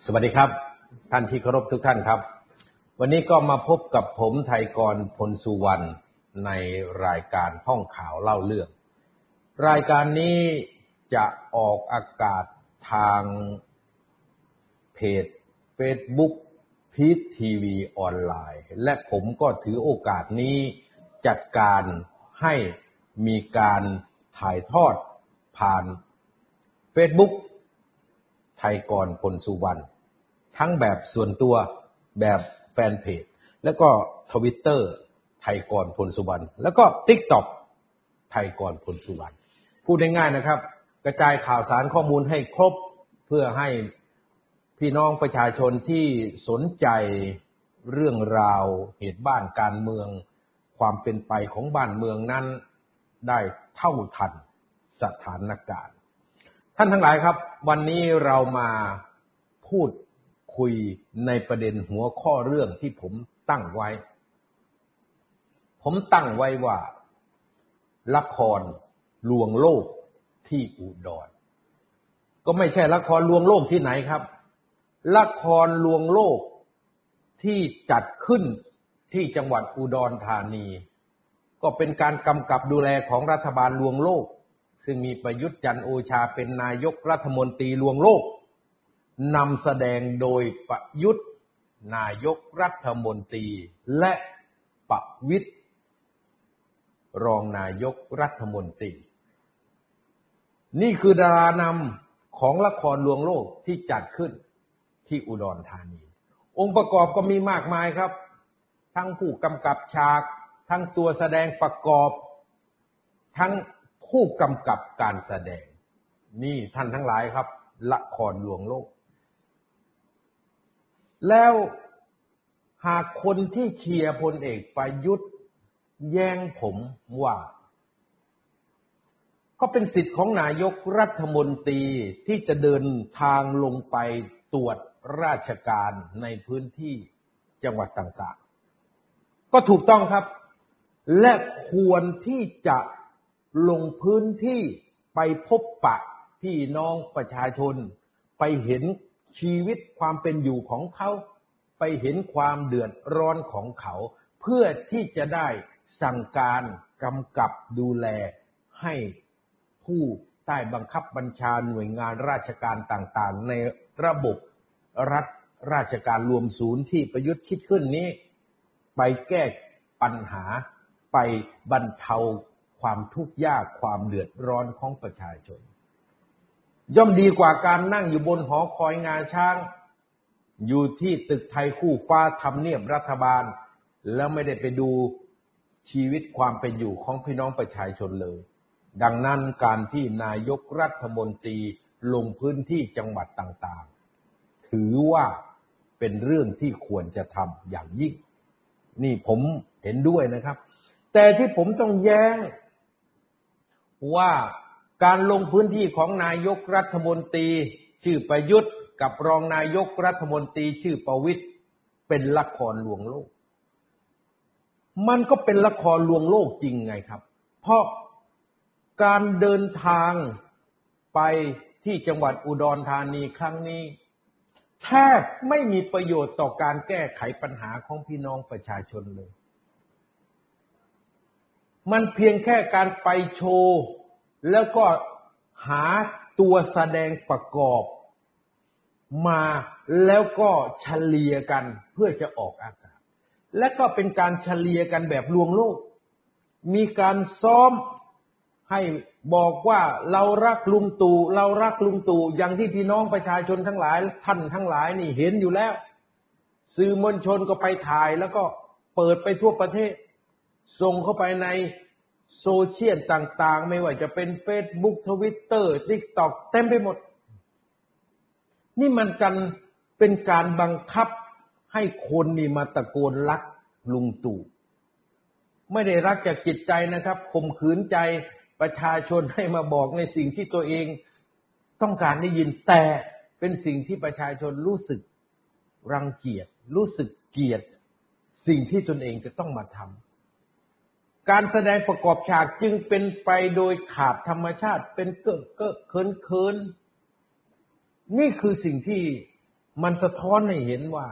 สวัสดีครับท่านที่เคารพทุกท่านครับวันนี้ก็มาพบกับผมไทยกรพลสุวรรณในรายการห้องข่าวเล่าเรื่องรายการนี้จะออกอากาศทางเพจ Facebook พีชทีวีออนไลน์และผมก็ถือโอกาสนี้จัดการให้มีการถ่ายทอดผ่าน Facebook ไทยกรพลสุวรรณทั้งแบบส่วนตัวแบบแฟนเพจแล้วก็ Twitter ไทยกรพลสุวรรณแล้วก็ TikTok ไทยกรพลสุวรรณพูดง่ายๆนะครับกระจายข่าวสารข้อมูลให้ครบเพื่อให้พี่น้องประชาชนที่สนใจเรื่องราวเหตุบ้านการเมืองความเป็นไปของบ้านเมืองนั้นได้เท่าทันสถานการณ์ท่านทั้งหลายครับวันนี้เรามาพูดคุยในประเด็นหัวข้อเรื่องที่ผมตั้งไว้ว่าละครลวงโลกที่อุดรก็ไม่ใช่ละครลวงโลกที่ไหนครับละครลวงโลกที่จัดขึ้นที่จังหวัดอุดรธานีก็เป็นการกำกับดูแลของรัฐบาลลวงโลกซึ่งมีประยุทธ์จันทร์โอชาเป็นนายกรัฐมนตรีลวงโลกนำแสดงโดยประยุทธ์นายกรัฐมนตรีและประวิตรรองนายกรัฐมนตรีนี่คือดารานำของละครลวงโลกที่จัดขึ้นที่อุดรธานีองค์ประกอบก็มีมากมายครับทั้งผู้กำกับฉากทั้งตัวแสดงประกอบทั้งผู้กำกับการแสดงนี่ท่านทั้งหลายครับละครลวงโลกแล้วหากคนที่เชียร์พลเอกประยุทธ์แย้งผมว่าก็เป็นสิทธิ์ของนายกรัฐมนตรีที่จะเดินทางลงไปตรวจราชการในพื้นที่จังหวัดต่างๆก็ถูกต้องครับและควรที่จะลงพื้นที่ไปพบปะพี่น้องประชาชนไปเห็นชีวิตความเป็นอยู่ของเขาไปเห็นความเดือดร้อนของเขาเพื่อที่จะได้สั่งการกำกับดูแลให้ผู้ใต้บังคับบัญชาหน่วยงานราชการต่างๆในระบบรัฐราชการรวมศูนย์ที่ประยุทธ์คิดขึ้นนี้ไปแก้ปัญหาไปบรรเทาความทุกข์ยากความเดือดร้อนของประชาชนย่อมดีกว่าการนั่งอยู่บนหอคอยงาช้างอยู่ที่ตึกไทยคู่ฟ้าทำเนียบรัฐบาลแล้วไม่ได้ไปดูชีวิตความเป็นอยู่ของพี่น้องประชาชนเลยดังนั้นการที่นายกรัฐมนตรีลงพื้นที่จังหวัดต่างๆถือว่าเป็นเรื่องที่ควรจะทำอย่างยิ่งนี่ผมเห็นด้วยนะครับแต่ที่ผมต้องแย้งว่าการลงพื้นที่ของนายกรัฐมนตรีชื่อประยุทธ์กับรองนายกรัฐมนตรีชื่อประวิตรเป็นละครลวงโลกมันก็เป็นละครลวงโลกจริงไงครับเพราะการเดินทางไปที่จังหวัดอุดรธานีครั้งนี้แทบไม่มีประโยชน์ต่อการแก้ไขปัญหาของพี่น้องประชาชนเลยมันเพียงแค่การไปโชว์แล้วก็หาตัวแสดงประกอบมาแล้วก็เฉลี่ยกันเพื่อจะออกอากาศและก็เป็นการเฉลี่ยกันแบบลวงโลกมีการซ้อมให้บอกว่าเรารักลุงตู่เรารักลุงตู่อย่างที่พี่น้องประชาชนทั้งหลายท่านทั้งหลายนี่เห็นอยู่แล้วสื่อมวลชนก็ไปถ่ายแล้วก็เปิดไปทั่วประเทศส่งเข้าไปในโซเชียลต่างๆไม่ว่าจะเป็น Facebook Twitter TikTok เต็มไปหมดนี่มันกันเป็นการบังคับให้คนนี่มาตะโกนรักลุงตู่ไม่ได้รักจากจิตใจนะครับข่มขืนใจประชาชนให้มาบอกในสิ่งที่ตัวเองต้องการได้ยินแต่เป็นสิ่งที่ประชาชนรู้สึกรังเกียจรู้สึกเกลียดสิ่งที่ตนเองจะต้องมาทำการแสดงประกอบฉากจึงเป็นไปโดยขาดธรรมชาติเป็นเก้อเคินนี่คือสิ่งที่มันสะท้อนให้เห็นว่า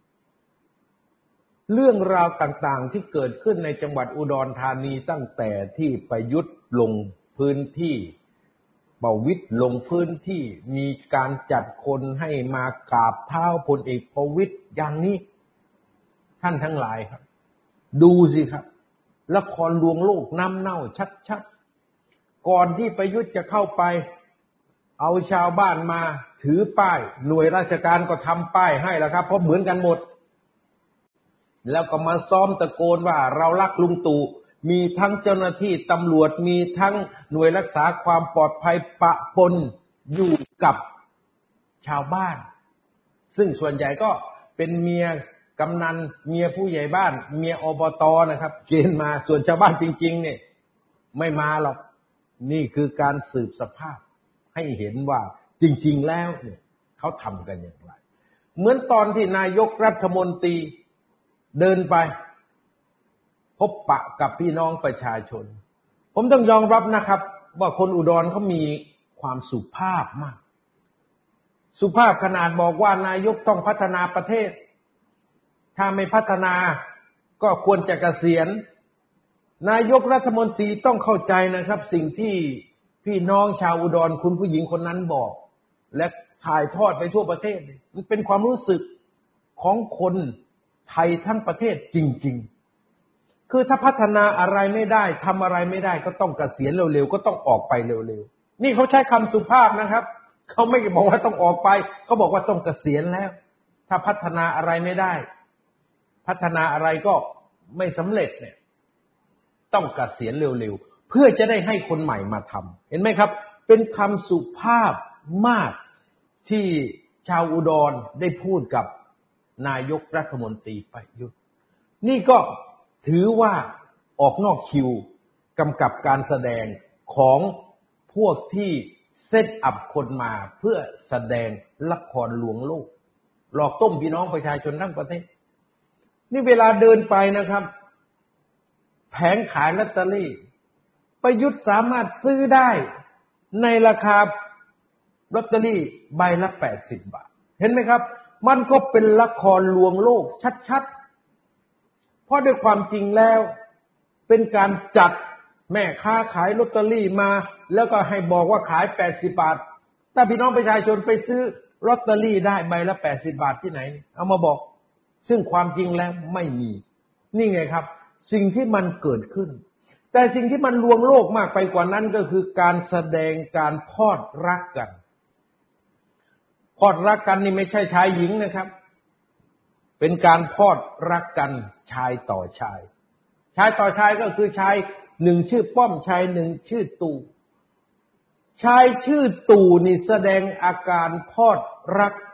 เรื่องราวต่างๆที่เกิดขึ้นในจังหวัดอุดรธานีตั้งแต่ที่ประยุทธ์ลงพื้นที่ประวิตรลงพื้นที่มีการจัดคนให้มากราบเท้าพลเอกประวิตรอย่างนี้ท่านทั้งหลายครับดูสิครับละครลวงโลกน้ำเน่าชัดๆก่อนที่ประยุทธ์จะเข้าไปเอาชาวบ้านมาถือป้ายหน่วยราชการก็ทำป้ายให้แล้วครับเพราะเหมือนกันหมดแล้วก็มาซ้อมตะโกนว่าเรารักลุงตู่มีทั้งเจ้าหน้าที่ตำรวจมีทั้งหน่วยรักษาความปลอดภัยปะปนอยู่กับชาวบ้านซึ่งส่วนใหญ่ก็เป็นเมียกำนันเมียผู้ใหญ่บ้านเมียอบต.นะครับเกณฑ์มาส่วนชาวบ้านจริงๆเนี่ยไม่มาหรอกนี่คือการสืบสภาพให้เห็นว่าจริงๆแล้วเนี่ยเขาทำกันอย่างไรเหมือนตอนที่นายกรัฐมนตรีเดินไปพบปะกับพี่น้องประชาชนผมต้องยอมรับนะครับว่าคนอุดรเขามีความสุภาพมากสุภาพขนาดบอกว่านายกต้องพัฒนาประเทศถ้าไม่พัฒนาก็ควรจะเกษียณนายกรัฐมนตรีต้องเข้าใจนะครับสิ่งที่พี่น้องชาวอุดรคุณผู้หญิงคนนั้นบอกและถ่ายทอดไปทั่วประเทศมันเป็นความรู้สึกของคนไทยทั้งประเทศจริงๆคือถ้าพัฒนาอะไรไม่ได้ทำอะไรไม่ได้ก็ต้องเกษียณเร็วๆก็ต้องออกไปเร็วๆนี่เขาใช้คำสุภาพนะครับเขาไม่บอกว่าต้องออกไปเขาบอกว่าต้องเกษียณแล้วถ้าพัฒนาอะไรไม่ได้พัฒนาอะไรก็ไม่สำเร็จเนี่ยต้องเกษียณเร็วๆเพื่อจะได้ให้คนใหม่มาทำเห็นไหมครับเป็นคำสุภาพมากที่ชาวอุดรได้พูดกับนายกรัฐมนตรีประยุทธ์นี่ก็ถือว่าออกนอกคิวกำกับการแสดงของพวกที่เซตอัพคนมาเพื่อแสดงละครลวงโลกหลอกต้มพี่น้องประชาชนทั้งประเทศนี่เวลาเดินไปนะครับแผงขายลอตเตอรี่ประยุทธ์สามารถซื้อได้ในราคาลอตเตอรี่ใบละ80 บาทเห็นไหมครับมันก็เป็นละครลวงโลกชัดๆเพราะด้วยความจริงแล้วเป็นการจัดแม่ค้าขายลอตเตอรี่มาแล้วก็ให้บอกว่าขาย80 บาทถ้าพี่น้องประชาชนไปซื้อลอตเตอรี่ได้ใบละ80 บาทที่ไหนเอามาบอกซึ่งความจริงแล้วไม่มีนี่ไงครับสิ่งที่มันเกิดขึ้นแต่สิ่งที่มันลวงโลกมากไปกว่านั้นก็คือการแสดงการพอดรักกันพอดรักกันนี่ไม่ใช่ชายหญิงนะครับเป็นการพอดรักกันชายต่อชายชายต่อชายก็คือชายหนึ่งชื่อป้อมชายหนึ่งชื่อตู่ชายชื่อตู่นี่แสดงอาการพอดรัก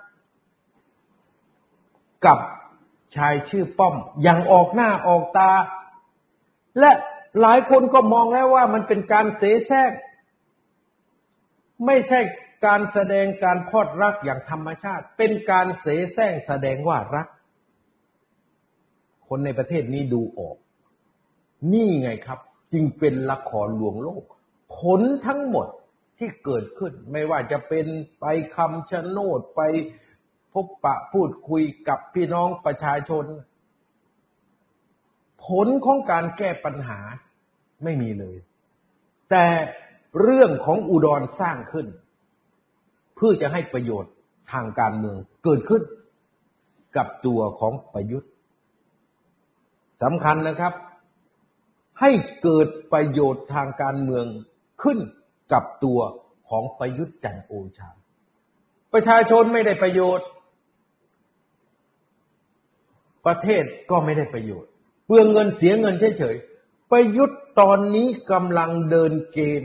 กับชายชื่อป้อมอย่างออกหน้าออกตาและหลายคนก็มองแล้วว่ามันเป็นการเสแสร้งไม่ใช่การแสดงการพอดรักอย่างธรรมชาติเป็นการเสแสร้งแสดงว่ารักคนในประเทศนี้ดูออกนี่ไงครับจึงเป็นละครลวงโลกผลทั้งหมดที่เกิดขึ้นไม่ว่าจะเป็นไปคำชะโนดไปพบปะพูดคุยกับพี่น้องประชาชนผลของการแก้ปัญหาไม่มีเลยแต่เรื่องของอุดรสร้างขึ้นเพื่อจะให้ประโยชน์ทางการเมืองเกิดขึ้นกับตัวของประยุทธ์สำคัญนะครับให้เกิดประโยชน์ทางการเมืองขึ้นกับตัวของประยุทธ์จันทร์โอชาประชาชนไม่ได้ประโยชน์ประเทศก็ไม่ได้ประโยชน์เปลืองเงินเสียเงินเฉยๆประยุทธ์ตอนนี้กำลังเดินเกม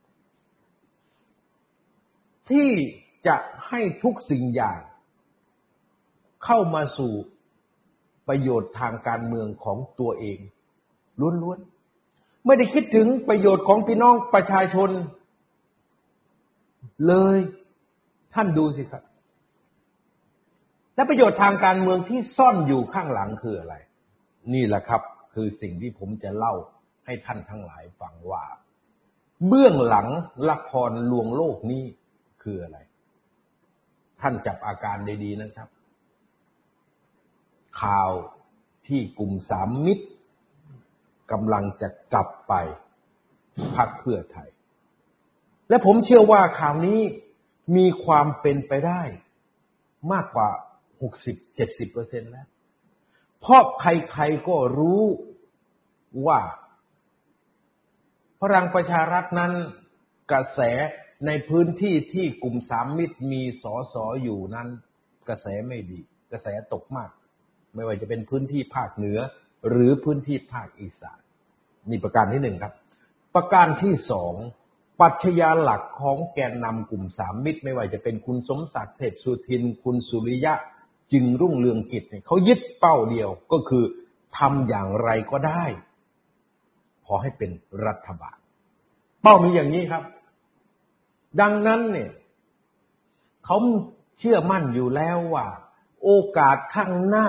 ที่จะให้ทุกสิ่งอย่างเข้ามาสู่ประโยชน์ทางการเมืองของตัวเองล้วนๆไม่ได้คิดถึงประโยชน์ของพี่น้องประชาชนเลยท่านดูสิครับและประโยชน์ทางการเมืองที่ซ่อนอยู่ข้างหลังคืออะไรนี่แหละครับคือสิ่งที่ผมจะเล่าให้ท่านทั้งหลายฟังว่าเบื้องหลังละครลวงโลกนี้คืออะไรท่านจับอาการดีๆนะครับข่าวที่กลุ่มสามมิตรกำลังจะกลับไปพรรคเพื่อไทยและผมเชื่อว่าข่าวนี้มีความเป็นไปได้มากกว่า 60-70% แล้วเพราะใครๆก็รู้ว่าพลังประชารัฐนั้นกระแสในพื้นที่ที่กลุ่มสามมิตรมีสสอยู่นั้นกระแสไม่ดีกระแสตกมากไม่ว่าจะเป็นพื้นที่ภาคเหนือหรือพื้นที่ภาคอีสานนี่ประการที่หนึ่งครับประการที่สองปรัชญาหลักของแกนนำกลุ่มสามมิตรไม่ว่าจะเป็นคุณสมศักดิ์เทพสุทินคุณสุริยะจึงรุ่งเรืองกิจเนี่ยเขายึดเป้าเดียวก็คือทำอย่างไรก็ได้ขอให้เป็นรัฐบาลเป้ามีอย่างนี้ครับดังนั้นเนี่ยเขาเชื่อมั่นอยู่แล้วว่าโอกาสข้างหน้า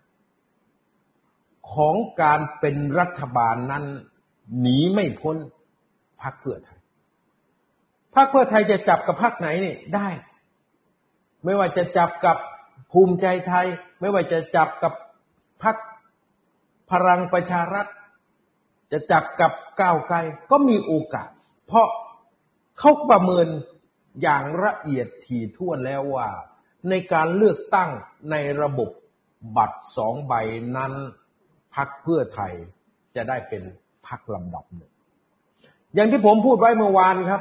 ของการเป็นรัฐบาลนั้นหนีไม่พ้นพรรคเพื่อไทยพรรคเพื่อไทยจะจับกับพรรคไหนนี่ได้ไม่ว่าจะจับกับภูมิใจไทยไม่ว่าจะจับกับพรรคพลังประชารัฐจะจับกับก้าวไกลก็มีโอกาสเพราะเขาประเมินอย่างละเอียดถี่ถ้วนแล้วว่าในการเลือกตั้งในระบบบัตร2 ใบนั้นพรรคเพื่อไทยจะได้เป็นพรรคลำดับหนึ่งอย่างที่ผมพูดไว้เมื่อวานครับ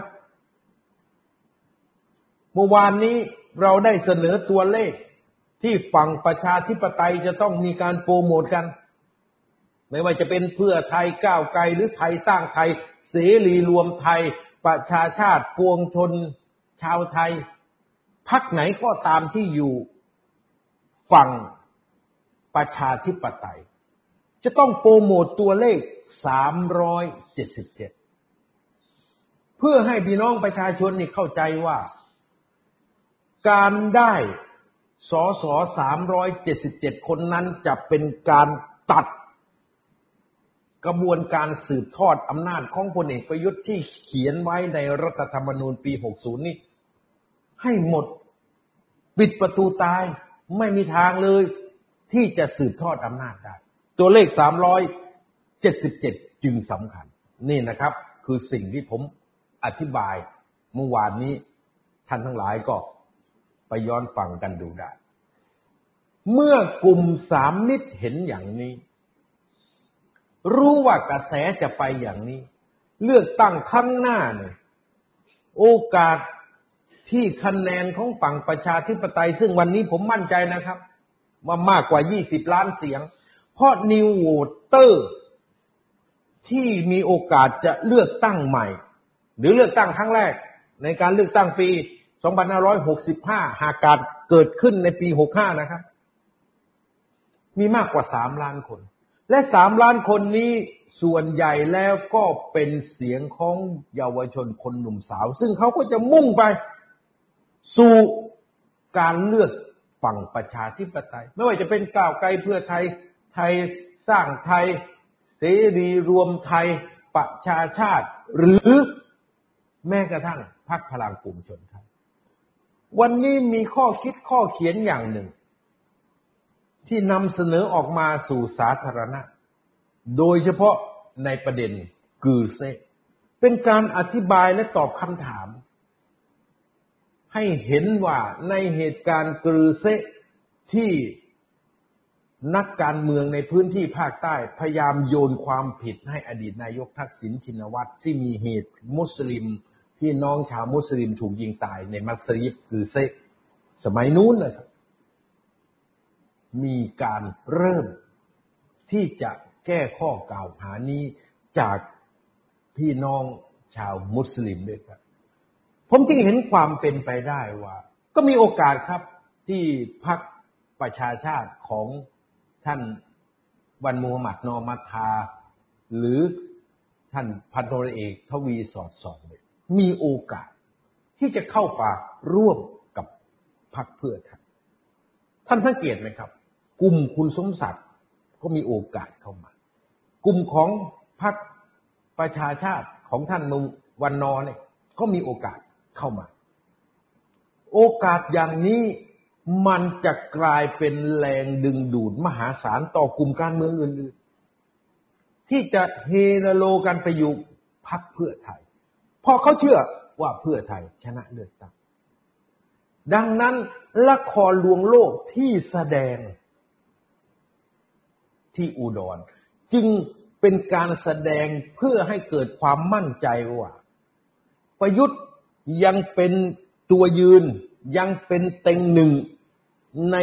เมื่อวานนี้เราได้เสนอตัวเลขที่ฝั่งประชาธิปไตยจะต้องมีการโปรโมทกันไม่ว่าจะเป็นเพื่อไทยก้าวไกลหรือไทยสร้างไทยเสรีรวมไทยประชาชาติปวงชนชาวไทยพรรคไหนก็ตามที่อยู่ฝั่งประชาธิปไตยจะต้องโปรโมทตัวเลข377เพื่อให้พี่น้องประชาชนนี่เข้าใจว่าการได้สส377คนนั้นจะเป็นการตัดกระบวนการสืบทอดอำนาจของพลเอกประยุทธ์ที่เขียนไว้ในรัฐธรรมนูญปี60นี้ให้หมดปิดประตูตายไม่มีทางเลยที่จะสืบทอดอำนาจได้ตัวเลข377จึงสำคัญนี่นะครับคือสิ่งที่ผมอธิบายเมื่อวานนี้ท่านทั้งหลายก็ไปย้อนฟังกันดูได้เมื่อกลุ่มสามมิตรเห็นอย่างนี้รู้ว่ากระแสจะไปอย่างนี้เลือกตั้งครั้งหน้าเนี่ยโอกาสที่คะแนนของฝั่งประชาธิปไตยซึ่งวันนี้ผมมั่นใจนะครับว่ามากกว่า20 ล้านเสียงเพราะนิวโหวตเตอร์ที่มีโอกาสจะเลือกตั้งใหม่หรือเลือกตั้งครั้งแรกในการเลือกตั้งปี2565หากการเกิดขึ้นในปี65นะครับมีมากกว่า3 ล้านคนและ3 ล้านคนนี้ส่วนใหญ่แล้วก็เป็นเสียงของเยาวชนคนหนุ่มสาวซึ่งเขาก็จะมุ่งไปสู่การเลือกฝั่งประชาธิปไตยไม่ว่าจะเป็นก้าวไกลเพื่อไทยไทยสร้างไทยเสรีรวมไทยประชาชาติหรือแม้กระทั่งพรรคพลังปวงชนไทยวันนี้มีข้อคิดข้อเขียนอย่างหนึ่งที่นำเสนอออกมาสู่สาธารณะโดยเฉพาะในประเด็นกือเซเป็นการอธิบายและตอบคำถามให้เห็นว่าในเหตุการณ์กือเซที่นักการเมืองในพื้นที่ภาคใต้พยายามโยนความผิดให้อดีตนายกทักษิณชินวัตรที่มีเหตุมุสลิมพี่น้องชาวมุสลิมถูกยิงตายในมัสยิดกือเซสมัยนู้นนะครับมีการเริ่มที่จะแก้ข้อกล่าวหานี้จากพี่น้องชาวมุสลิมด้วยครับผมจึงเห็นความเป็นไปได้ว่าก็มีโอกาสครับที่พรรคประชาชาติของท่านวันมูฮัมหมัดนอมัทาหรือท่านพันตำรวจเอกทวีสอดส่องมีโอกาสที่จะเข้ามาร่วมกับพรรคเพื่อไทยท่านสังเกตไหมครับกลุ่มคุณสมศักดิ์ก็มีโอกาสเข้ามากลุ่มของพรรคประชาชาติของท่านวันนอเนี่ยก็มีโอกาสเข้ามาโอกาสอย่างนี้มันจะกลายเป็นแรงดึงดูดมหาศาลต่อกลุ่มการเมืองอื่นๆที่จะเฮโลกันไปอยู่พรรคเพื่อไทยเพราะเขาเชื่อว่าเพื่อไทยชนะเลือกตั้งดังนั้นละครลวงโลกที่แสดงที่อุดรจึงเป็นการแสดงเพื่อให้เกิดความมั่นใจว่าประยุทธ์ยังเป็นตัวยืนยังเป็นเต็งหนึ่งใน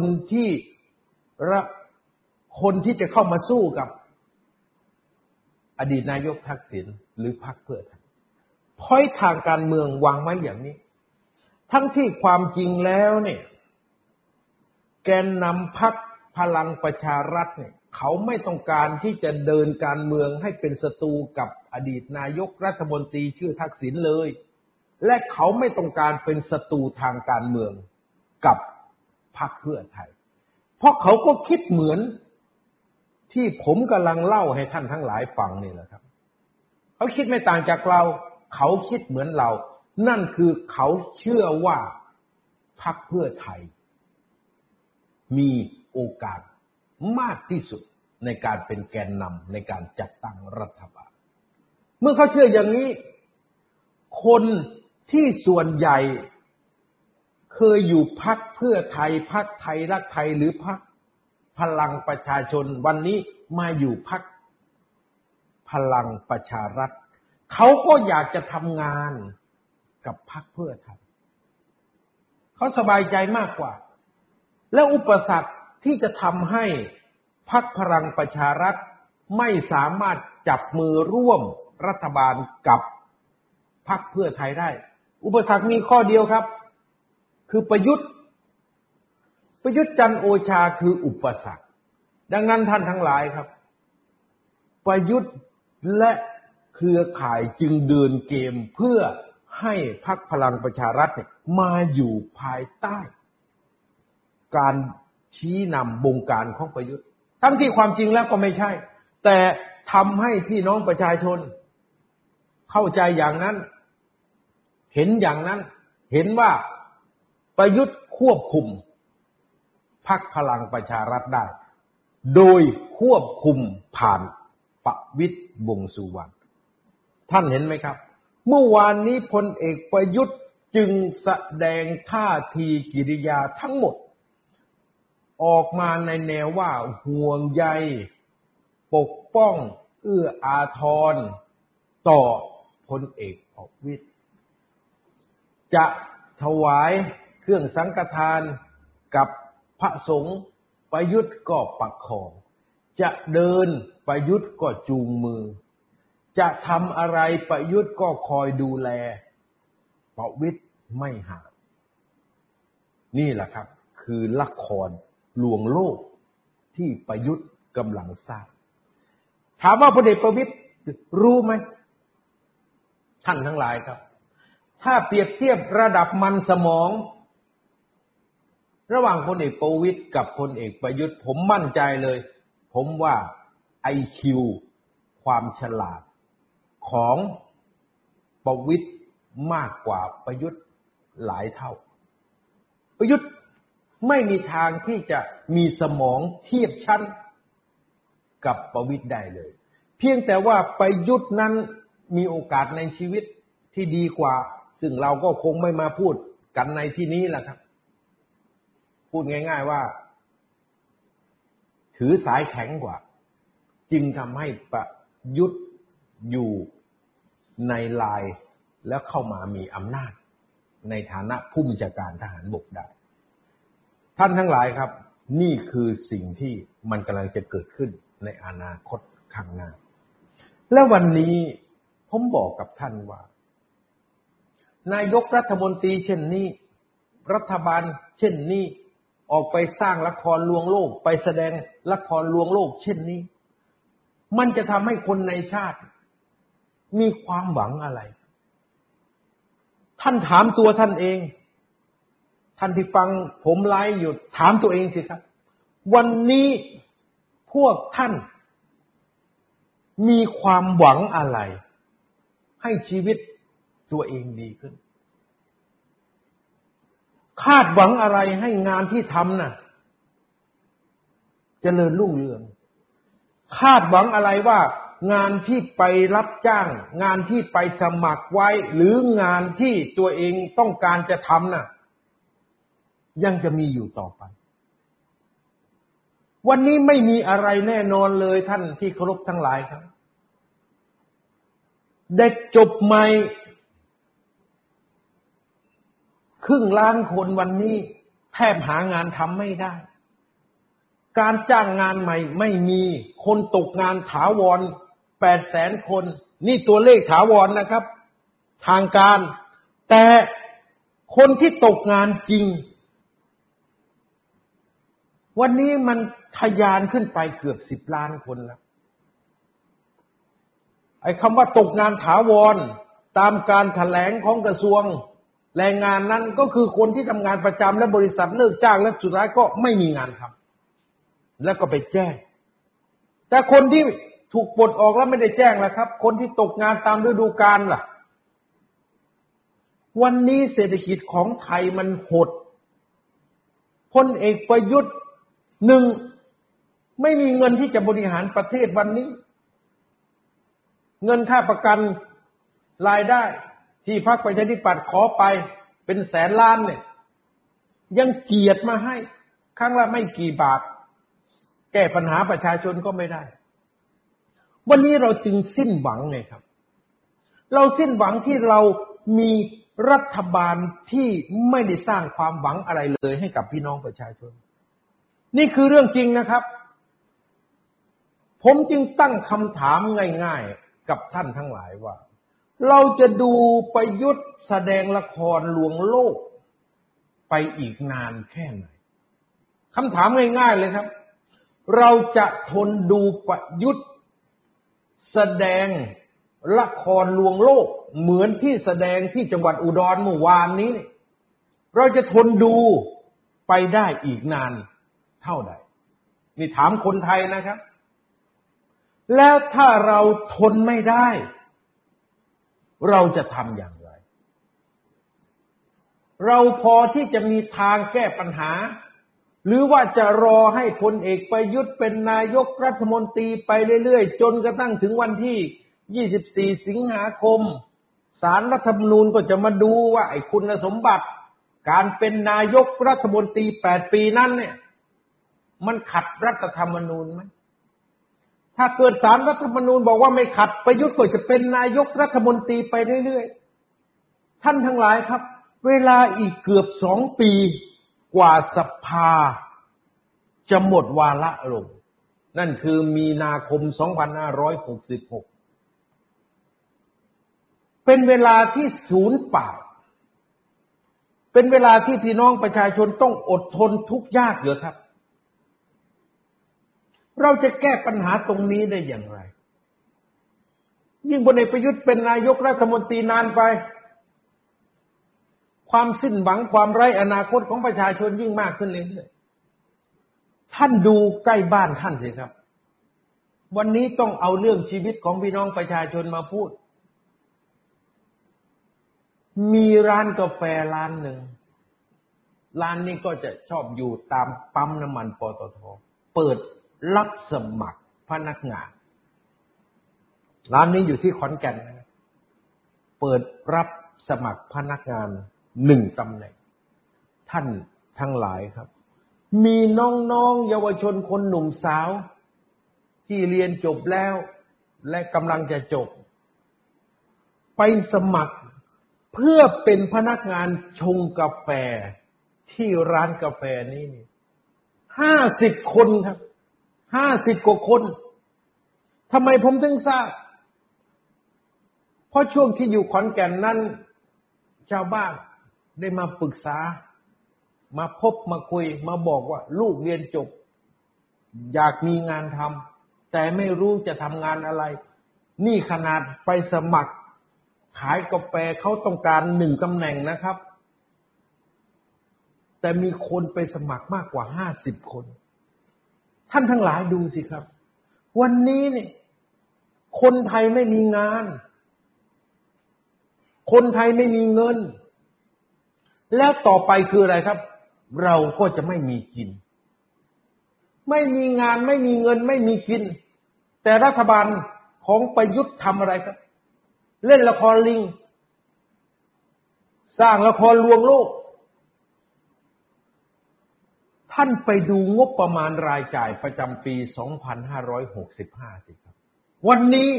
คนที่จะเข้ามาสู้กับอดีตนายกทักษิณหรือพรรคเพื่อไทยพอยทางการเมืองวางไว้อย่างนี้ทั้งที่ความจริงแล้วเนี่ยแกนนำพรรคพลังประชารัฐเนี่ยเขาไม่ต้องการที่จะเดินการเมืองให้เป็นศัตรูกับอดีตนายกรัฐมนตรีชื่อทักษิณเลยและเขาไม่ต้องการเป็นศัตรูทางการเมืองกับพรรคเพื่อไทยเพราะเขาก็คิดเหมือนที่ผมกำลังเล่าให้ท่านทั้งหลายฟังนี่แหละครับเขาคิดไม่ต่างจากเราเขาคิดเหมือนเรานั่นคือเขาเชื่อว่าพรรคเพื่อไทยมีโอกาสมากที่สุดในการเป็นแกนนำในการจัดตั้งรัฐบาลเมื่อเขาเชื่ออย่างนี้คนที่ส่วนใหญ่เคยอยู่พรรคเพื่อไทยพรรคไทยรักไทยหรือพรรคพลังประชาชนวันนี้มาอยู่พรรคพลังประชารัฐเขาก็อยากจะทำงานกับพรรคเพื่อไทยเขาสบายใจมากกว่าและอุปสรรคที่จะทำให้พรรคพลังประชารัฐไม่สามารถจับมือร่วมรัฐบาลกับพรรคเพื่อไทยได้อุปสรรคมีข้อเดียวครับคือประยุทธ์จันทร์โอชาคืออุปสรรคดังนั้นท่านทั้งหลายครับประยุทธ์และเครือข่ายจึงเดินเกมเพื่อให้พรรคพลังประชารัฐมาอยู่ภายใต้การชี้นำบงการของประยุทธ์ทั้งที่ความจริงแล้วก็ไม่ใช่แต่ทำให้พี่น้องประชาชนเข้าใจอย่างนั้นเห็นอย่างนั้นเห็นว่าประยุทธ์ควบคุมพรรคพลังประชารัฐได้โดยควบคุมผ่านประวิตรวงษ์สุวรรณท่านเห็นไหมครับเมื่อวานนี้พลเอกประยุทธ์จึงแสดงท่าทีกิริยาทั้งหมดออกมาในแนวว่าห่วงใยปกป้องเอื้ออาทรต่อพลเอกประวิตรจะถวายเครื่องสังฆทานกับพระสงฆ์ประยุทธ์ก็ประคองจะเดินประยุทธ์ก็จูงมือจะทำอะไรประยุทธ์ก็คอยดูแลประวิตรไม่ห่างนี่แหละครับคือละครลวงโลกที่ประยุทธ์กำลังสร้างถามว่าพลเอกประวิตรรู้ไหมท่านทั้งหลายครับถ้าเปรียบเทียบระดับมันสมองระหว่างพลเอกประวิตรกับพลเอกประยุทธ์ผมมั่นใจเลยผมว่า IQ ความฉลาดของประวิตรมากกว่าประยุทธ์หลายเท่าประยุทธ์ไม่มีทางที่จะมีสมองเทียบชั้นกับประวิตรได้เลยเพียงแต่ว่าประยุทธ์นั้นมีโอกาสในชีวิตที่ดีกว่าซึ่งเราก็คงไม่มาพูดกันในที่นี้แหละครับพูดง่ายๆว่าถือสายแข็งกว่าจึงทำให้ประยุทธ์อยู่ในลายแล้วเข้ามามีอำนาจในฐานะผู้บัญชาการทหารบกได้ท่านทั้งหลายครับนี่คือสิ่งที่มันกำลังจะเกิดขึ้นในอนาคตข้างหน้าและวันนี้ผมบอกกับท่านว่านายกรัฐมนตรีเช่นนี้รัฐบาลเช่นนี้ออกไปสร้างละครลวงโลกไปแสดงละครลวงโลกเช่นนี้มันจะทำให้คนในชาติมีความหวังอะไรท่านถามตัวท่านเองท่านที่ฟังผมไลฟ์อยู่ถามตัวเองสิครับวันนี้พวกท่านมีความหวังอะไรให้ชีวิตตัวเองดีขึ้นคาดหวังอะไรให้งานที่ทำน่ะเจริญรุ่งเรืองคาดหวังอะไรว่างานที่ไปรับจ้างงานที่ไปสมัครไว้หรืองานที่ตัวเองต้องการจะทำน่ะยังจะมีอยู่ต่อไปวันนี้ไม่มีอะไรแน่นอนเลยท่านที่เคารพทั้งหลายครับเด็กจบใหม่ครึ่งล้านคนวันนี้แทบหางานทำไม่ได้การจ้างงานใหม่ไม่มีคนตกงานถาวร800,000 คนนี่ตัวเลขถาวรนะครับทางการแต่คนที่ตกงานจริงวันนี้มันทะยานขึ้นไปเกือบ10 ล้านคนแล้วไอ้คำว่าตกงานถาวรตามการแถลงของกระทรวงแรงงานนั้นก็คือคนที่ทำงานประจำและบริษัทเลิกจ้างและสุดท้ายก็ไม่มีงานทำแล้วก็ไปแจ้งแต่คนที่ถูกปลดออกแล้วไม่ได้แจ้งล่ะครับคนที่ตกงานตามฤดูกาลล่ะวันนี้เศรษฐกิจของไทยมันหดพลเอกประยุทธ์หนึ่งไม่มีเงินที่จะบริหารประเทศวันนี้เงินค่าประกันรายได้ที่พรรคประชาธิปัตย์ขอไปเป็นแสนล้านเนี่ยยังเกียรติมาให้ครั้งละไม่กี่บาทแก้ปัญหาประชาชนก็ไม่ได้วันนี้เราจึงสิ้นหวังไงครับเราสิ้นหวังที่เรามีรัฐบาลที่ไม่ได้สร้างความหวังอะไรเลยให้กับพี่น้องประชาชนนี่คือเรื่องจริงนะครับผมจึงตั้งคำถามง่ายๆกับท่านทั้งหลายว่าเราจะดูประยุทธ์แสดงละครลวงโลกไปอีกนานแค่ไหนคำถามง่ายๆเลยครับเราจะทนดูประยุทธ์แสดงละครลวงโลกเหมือนที่แสดงที่จังหวัดอุดรเมื่อวานนี้เราจะทนดูไปได้อีกนานเท่าใดนี่ถามคนไทยนะครับแล้วถ้าเราทนไม่ได้เราจะทำอย่างไรเราพอที่จะมีทางแก้ปัญหาหรือว่าจะรอให้พลเอกประยุทธ์เป็นนายกรัฐมนตรีไปเรื่อยๆจนกระทั่งถึงวันที่24 สิงหาคมศาลรัฐธรรมนูญก็จะมาดูว่าไอ้คุณสมบัติการเป็นนายกรัฐมนตรี8 ปีนั้นเนี่ยมันขัดรัฐธรรมนูญไหมถ้าเกิดศาลรัฐธรรมนูญบอกว่าไม่ขัดประยุทธ์ก็จะเป็นนายกรัฐมนตรีไปเรื่อยๆท่านทั้งหลายครับเวลาอีกเกือบ2 ปีกว่าสภาจะหมดวาระลงนั่นคือมีนาคม 2566เป็นเวลาที่สูญเปล่าเป็นเวลาที่พี่น้องประชาชนต้องอดทนทุกข์ยากเหรอครับเราจะแก้ปัญหาตรงนี้ได้อย่างไรยิ่งพลเอกประยุทธ์เป็นนายกรัฐมนตรีนานไปความสิ้นหวังความไร้อนาคตของประชาชนยิ่งมากขึ้นเรื่อยๆท่านดูใกล้บ้านท่านสิครับวันนี้ต้องเอาเรื่องชีวิตของพี่น้องประชาชนมาพูดมีร้านกาแฟร้านหนึ่งร้านนี้ก็จะชอบอยู่ตามปั๊มน้ำมันปตท.เปิดรับสมัครพนักงานร้านนี้อยู่ที่ขอนแก่นเปิดรับสมัครพนักงาน1 ตำแหน่งท่านทั้งหลายครับมีน้องๆเยาวชนคนหนุ่มสาวที่เรียนจบแล้วและกำลังจะจบไปสมัครเพื่อเป็นพนักงานชงกาแฟที่ร้านกาแฟนี้50 คนครับ50 กว่าคนทำไมผมถึงทราบเพราะช่วงที่อยู่ขอนแก่นนั้นชาวบ้านได้มาปรึกษามาพบมาคุยมาบอกว่าลูกเรียนจบอยากมีงานทำแต่ไม่รู้จะทำงานอะไรนี่ขนาดไปสมัครขายกาแฟเขาต้องการ1 ตำแหน่งนะครับแต่มีคนไปสมัครมากกว่า50 คนท่านทั้งหลายดูสิครับวันนี้เนี่ยคนไทยไม่มีงานคนไทยไม่มีเงินแล้วต่อไปคืออะไรครับเราก็จะไม่มีกินไม่มีงานไม่มีเงินไม่มีกินแต่รัฐบาลของประยุทธ์ทำอะไรครับเล่นละครลิงสร้างละครลวงโลกท่านไปดูงบประมาณรายจ่ายประจำปี 2565 สิครับวันนี้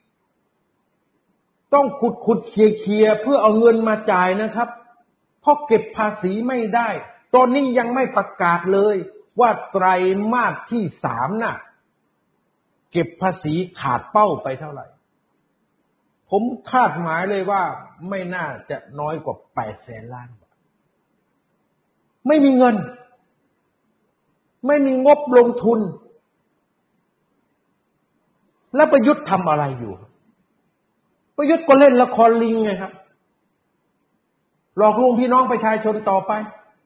ต้องขุดเคลียร์เพื่อเอาเงินมาจ่ายนะครับเพราะเก็บภาษีไม่ได้ตอนนี้ยังไม่ประกาศเลยว่าไตรมาสที่ 3น่ะเก็บภาษีขาดเป้าไปเท่าไหร่ผมคาดหมายเลยว่าไม่น่าจะน้อยกว่า800,000 ล้านบาทไม่มีเงินไม่มีงบลงทุนแล้วประยุทธ์ทำอะไรอยู่ประยุทธ์ก็เล่นละครลิงไงครับหลอกลวงพี่น้องประชาชนต่อไป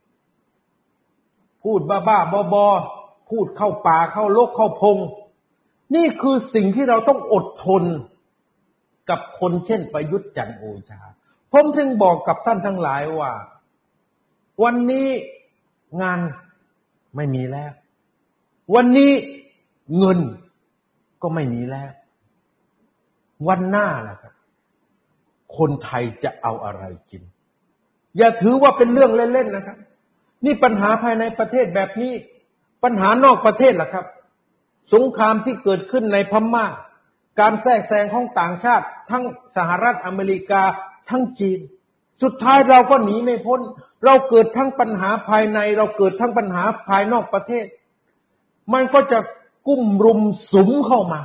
พูดบ้าๆบอๆพูดเข้าป่าเข้าลกเข้าพงนี่คือสิ่งที่เราต้องอดทนกับคนเช่นประยุทธ์จันทร์โอชาผมถึงบอกกับท่านทั้งหลายว่าวันนี้งานไม่มีแล้ววันนี้เงินก็ไม่มีแล้ววันหน้าล่ะครับคนไทยจะเอาอะไรกินอย่าถือว่าเป็นเรื่องเล่นๆนะครับนี่ปัญหาภายในประเทศแบบนี้ปัญหานอกประเทศล่ะครับสงครามที่เกิดขึ้นในพม่าการแทรกแซงของต่างชาติทั้งสหรัฐอเมริกาทั้งจีนสุดท้ายเราก็หนีไม่พ้นเราเกิดทั้งปัญหาภายในเราเกิดทั้งปัญหาภายนอกประเทศมันก็จะกุ้มรุมสุมเข้ามา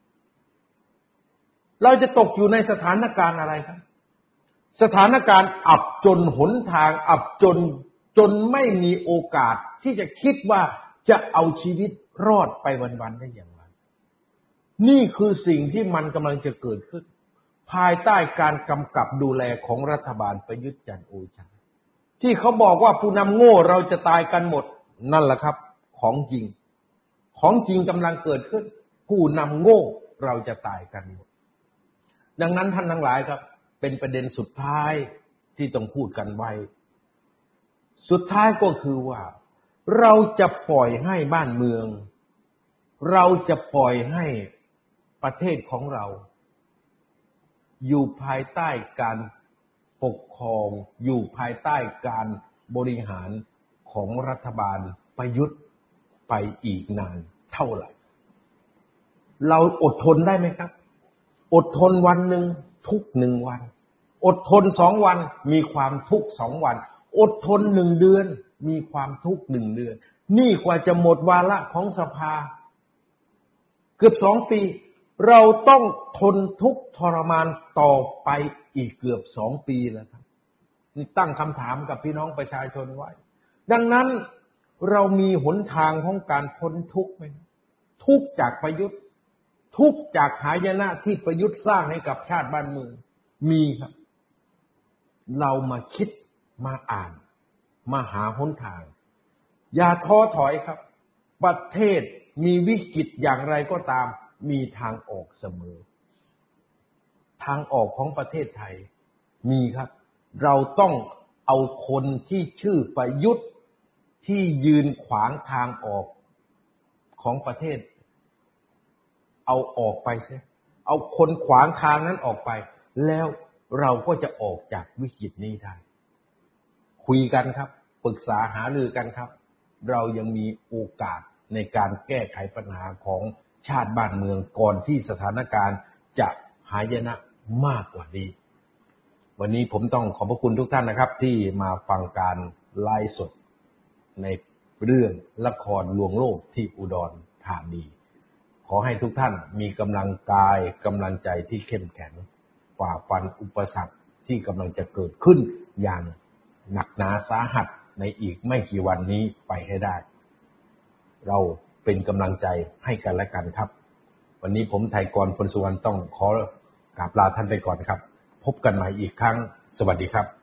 เราจะตกอยู่ในสถานการณ์อะไรครับสถานการณ์อับจนหนทางอับจนไม่มีโอกาสที่จะคิดว่าจะเอาชีวิตรอดไปวันๆได้อย่างไรนี่คือสิ่งที่มันกำลังจะเกิดขึ้นภายใต้การกำกับดูแลของรัฐบาลประยุทธ์จันทร์โอชาที่เขาบอกว่าผู้นำโง่เราจะตายกันหมดนั่นแหละครับของจริงกำลังเกิดขึ้นผู้นำโง่เราจะตายกันหมดดังนั้นท่านทั้งหลายครับเป็นประเด็นสุดท้ายที่ต้องพูดกันไว้สุดท้ายก็คือว่าเราจะปล่อยให้บ้านเมืองเราจะปล่อยให้ประเทศของเราอยู่ภายใต้การปกครองอยู่ภายใต้การบริหารของรัฐบาลประยุทธ์ไปอีกนานเท่าไหร่เราอดทนได้ไหมครับอดทนวันหนึ่งทุก1 วันอดทน2 วันมีความทุกข์2 วันอดทน1 เดือนมีความทุกข์1 เดือนนี่กว่าจะหมดวาระของสภาเกือบ2 ปีเราต้องทนทุกข์ทรมานต่อไปอีกเกือบ2 ปีแล้วครับนี่ตั้งคำถามกับพี่น้องประชาชนไว้ดังนั้นเรามีหนทางของการพ้นทุกข์ไหมทุกข์จากประยุทธ์ทุกข์จากหายนะที่ประยุทธ์สร้างให้กับชาติบ้านเมืองมีครับเรามาคิดมาอ่านมาหาหนทางอย่าท้อถอยครับประเทศมีวิกฤตอย่างไรก็ตามมีทางออกเสมอทางออกของประเทศไทยมีครับเราต้องเอาคนที่ชื่อประยุทธ์ที่ยืนขวางทางออกของประเทศเอาออกไปซิเอาคนขวางทางนั้นออกไปแล้วเราก็จะออกจากวิกฤตนี้ได้คุยกันครับปรึกษาหารือกันครับเรายังมีโอกาสในการแก้ไขปัญหาของชาติบ้านเมืองก่อนที่สถานการณ์จะหายนะมากกว่านี้วันนี้ผมต้องขอบพระคุณทุกท่านนะครับที่มาฟังการไลฟ์สดในเรื่องละครลวงโลกที่อุดรธานีขอให้ทุกท่านมีกำลังกายกำลังใจที่เข้มแข็งฝ่าฟันอุปสรรคที่กำลังจะเกิดขึ้นอย่างหนักหนาสาหัสในอีกไม่กี่วันนี้ไปให้ได้เราเป็นกำลังใจให้กันและกันครับวันนี้ผมไทยกร พลสุวรรณต้องขอกราบลาท่านไปก่อนครับพบกันใหม่อีกครั้งสวัสดีครับ